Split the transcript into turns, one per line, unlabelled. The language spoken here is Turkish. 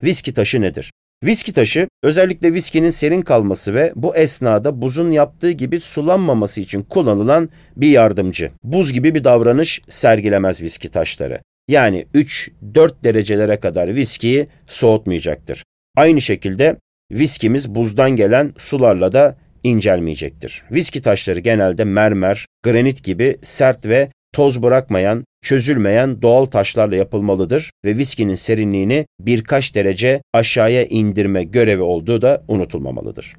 Viski taşı nedir? Viski taşı, özellikle viskinin serin kalması ve bu esnada buzun yaptığı gibi sulanmaması için kullanılan bir yardımcı. Buz gibi bir davranış sergilemez viski taşları. Yani 3-4 derecelere kadar viskiyi soğutmayacaktır. Aynı şekilde viskimiz buzdan gelen sularla da incelmeyecektir. Viski taşları genelde mermer, granit gibi sert ve toz bırakmayan, çözülmeyen doğal taşlarla yapılmalıdır ve viskinin serinliğini birkaç derece aşağıya indirme görevi olduğu da unutulmamalıdır.